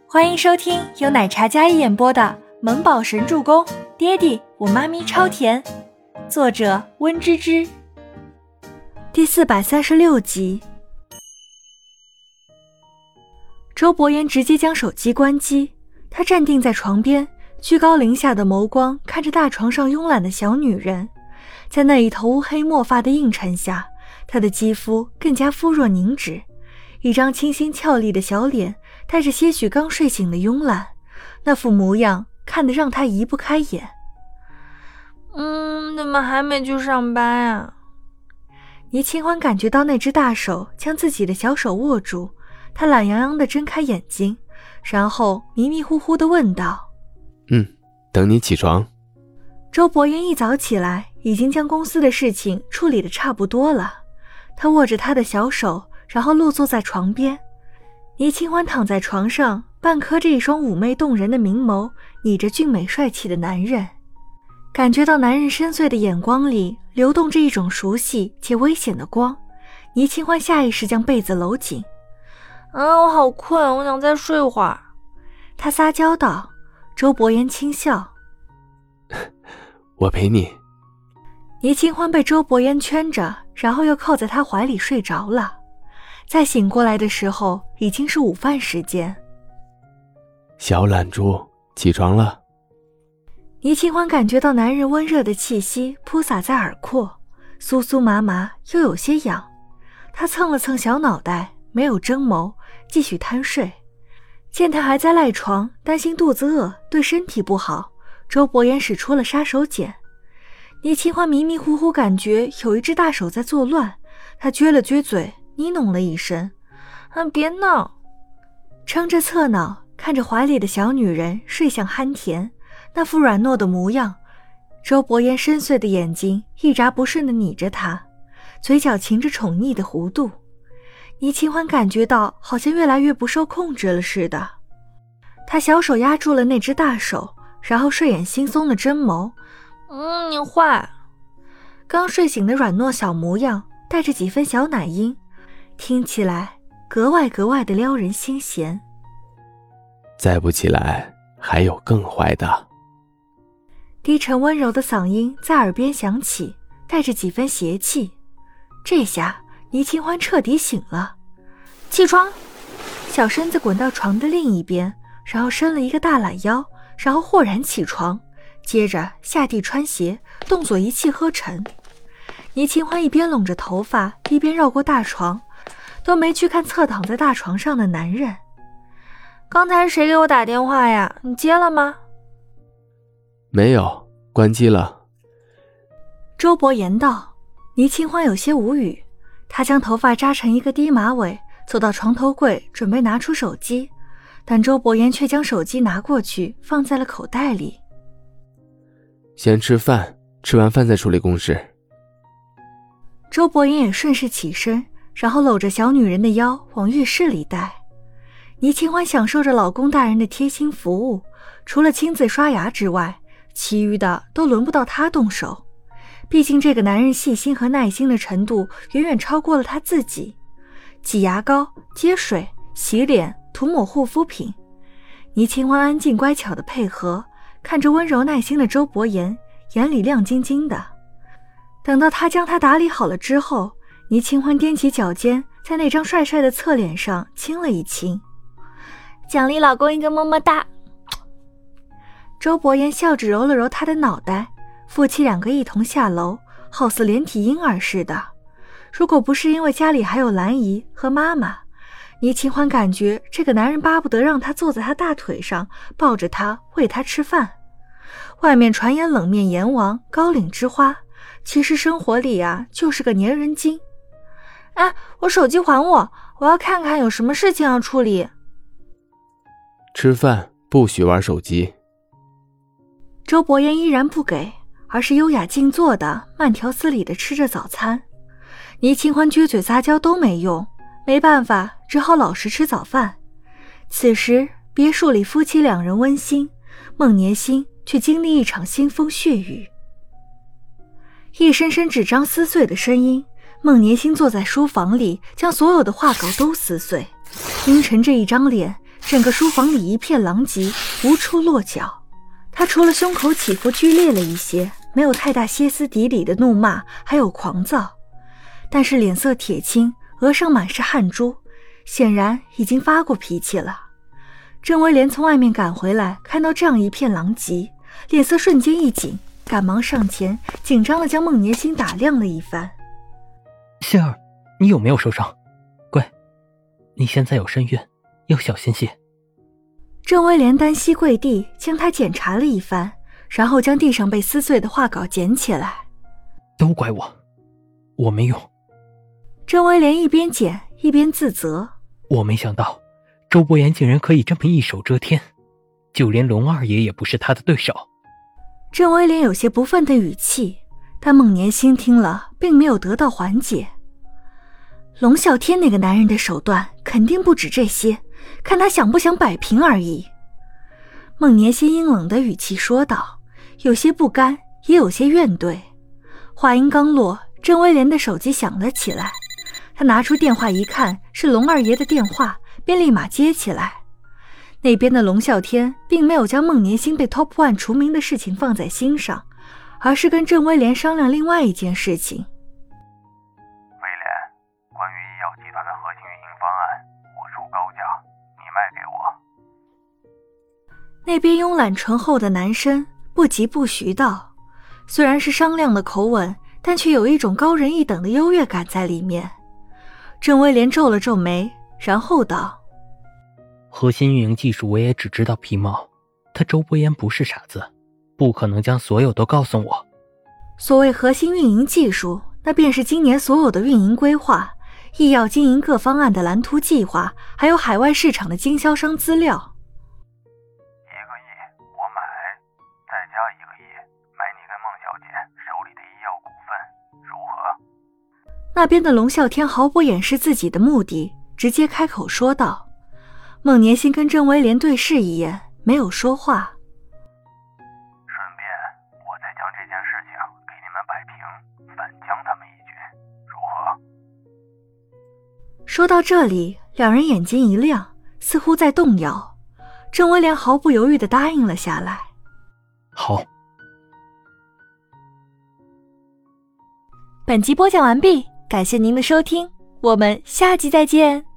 欢迎收听由奶茶嘉一演播的《萌宝神助攻》，爹地我妈咪超甜，作者温芝芝。第436集。周伯言直接将手机关机，他站定在床边，居高临下的眸光看着大床上慵懒的小女人，在那一头乌黑墨发的映衬下，她的肌肤更加肤若凝脂，一张清新俏丽的小脸带着些许刚睡醒的慵懒，那副模样看得让他移不开眼。 怎么还没去上班啊？ 倪清欢感觉到那只大手将自己的小手握住，他懒洋洋地睁开眼睛，然后迷迷糊糊地问道： 等你起床。 周伯言一早起来已经将公司的事情处理得差不多了，他握着他的小手，然后落坐在床边。倪清欢躺在床上，半磕着一双妩媚动人的明眸，睨着俊美帅气的男人，感觉到男人深邃的眼光里流动着一种熟悉且危险的光。倪清欢下意识将被子搂紧。 我好困，我想再睡会儿。 他撒娇道。周伯言轻笑。 我陪你。 倪清欢被周伯言圈着，然后又靠在他怀里睡着了。再醒过来的时候已经是午饭时间。 小懒猪，起床了。 倪清欢感觉到男人温热的气息扑洒在耳廓，酥酥麻麻又有些痒。他蹭了蹭小脑袋，没有睁眸，继续贪睡。见他还在赖床，担心肚子饿对身体不好，周伯言使出了杀手锏。倪清欢迷迷糊糊感觉有一只大手在作乱，他撅了撅嘴，呢哝了一声： 别闹。 撑着侧脑看着怀里的小女人睡向酣甜，那副软糯的模样，周伯言深邃的眼睛一眨不顺地睨着她，嘴角噙着宠溺的弧度。倪清欢感觉到好像越来越不受控制了似的，他小手压住了那只大手，然后睡眼惺忪的睁眸。 你坏。 刚睡醒的软糯小模样带着几分小奶音，听起来格外的撩人心弦。 再不起来还有更坏的。 低沉温柔的嗓音在耳边响起，带着几分邪气。这下倪清欢彻底醒了。起床。小身子滚到床的另一边，然后伸了一个大懒腰，然后豁然起床，接着下地穿鞋，动作一气呵成。倪清欢一边拢着头发，一边绕过大床，都没去看侧躺在大床上的男人。 刚才谁给我打电话呀？你接了吗？ 没有，关机了。 周伯言道。倪清欢有些无语，他将头发扎成一个低马尾，走到床头柜准备拿出手机，但周伯言却将手机拿过去放在了口袋里。 先吃饭，吃完饭再处理公事。 周伯言也顺势起身，然后搂着小女人的腰往浴室里带。倪清欢享受着老公大人的贴心服务，除了亲自刷牙之外，其余的都轮不到他动手。毕竟这个男人细心和耐心的程度远远超过了他自己。挤牙膏、接水、洗脸、涂抹护肤品，倪清欢安静乖巧的配合，看着温柔耐心的周伯言，眼里亮晶晶的。等到他将他打理好了之后，倪清欢踮起脚尖，在那张帅帅的侧脸上亲了一亲。 奖励老公一个么么哒。 周伯言笑着揉了揉他的脑袋，夫妻两个一同下楼，好似连体婴儿似的。如果不是因为家里还有兰姨和妈妈，倪清欢感觉这个男人巴不得让他坐在他大腿上，抱着他喂他吃饭。外面传言冷面阎王、高岭之花，其实生活里就是个粘人精。 我手机还我，我要看看有什么事情要处理。 吃饭不许玩手机。 周伯言依然不给，而是优雅静坐的慢条斯理地吃着早餐。倪清欢撅嘴撒娇都没用，没办法，只好老实吃早饭。此时别墅里夫妻两人温馨，孟年星却经历一场腥风血雨。一声声纸张撕碎的声音，孟年星坐在书房里，将所有的画稿都撕碎，阴沉着一张脸， 整个书房里一片狼藉，无处落脚。他除了胸口起伏剧烈了一些，没有太大歇斯底里的怒骂，还有狂躁，但是脸色铁青，额上满是汗珠，显然已经发过脾气了。郑威廉从外面赶回来，看到这样一片狼藉，脸色瞬间一紧，赶忙上前，紧张地将孟年星打量了一番。 星儿，你有没有受伤？乖，你现在有身孕，要小心些。 郑威廉单膝跪地，将他检查了一番，然后将地上被撕碎的画稿捡起来。 都怪我没用。 郑威廉一边捡一边自责， 我没想到周伯言竟然可以这么一手遮天，就连龙二爷也不是他的对手。 郑威廉有些不忿的语气，但孟年星听了并没有得到缓解。龙啸天那个男人的手段肯定不止这些，看他想不想摆平而已。孟年星阴冷的语气说道，有些不甘，也有些怨怼。话音刚落，郑威廉的手机响了起来，他拿出电话一看，是龙二爷的电话，便立马接起来。那边的龙啸天并没有将孟年星被 Top One 除名的事情放在心上，而是跟郑威廉商量另外一件事情。 威廉，关于医药集团的核心运营方案，我出高价，你卖给我。 那边慵懒醇厚的男生不疾不徐道，虽然是商量的口吻，但却有一种高人一等的优越感在里面。郑威廉皱了皱眉，然后道， 核心运营技术我也只知道皮毛，他周伯言不是傻子，不可能将所有都告诉我。 所谓核心运营技术，那便是今年所有的运营规划、医药经营各方案的蓝图计划，还有海外市场的经销商资料。 1个亿我买，再加1个亿买你跟孟小姐手里的医药股份，如何？ 那边的龙啸天毫不掩饰自己的目的，直接开口说道。孟年星跟郑威廉对视一眼，没有说话。 顺便我再将这件事情给你们摆平，反将他们一军，如何？ 说到这里，两人眼睛一亮，似乎在动摇。郑威廉毫不犹豫地答应了下来。 好。 本集播讲完毕，感谢您的收听，我们下集再见。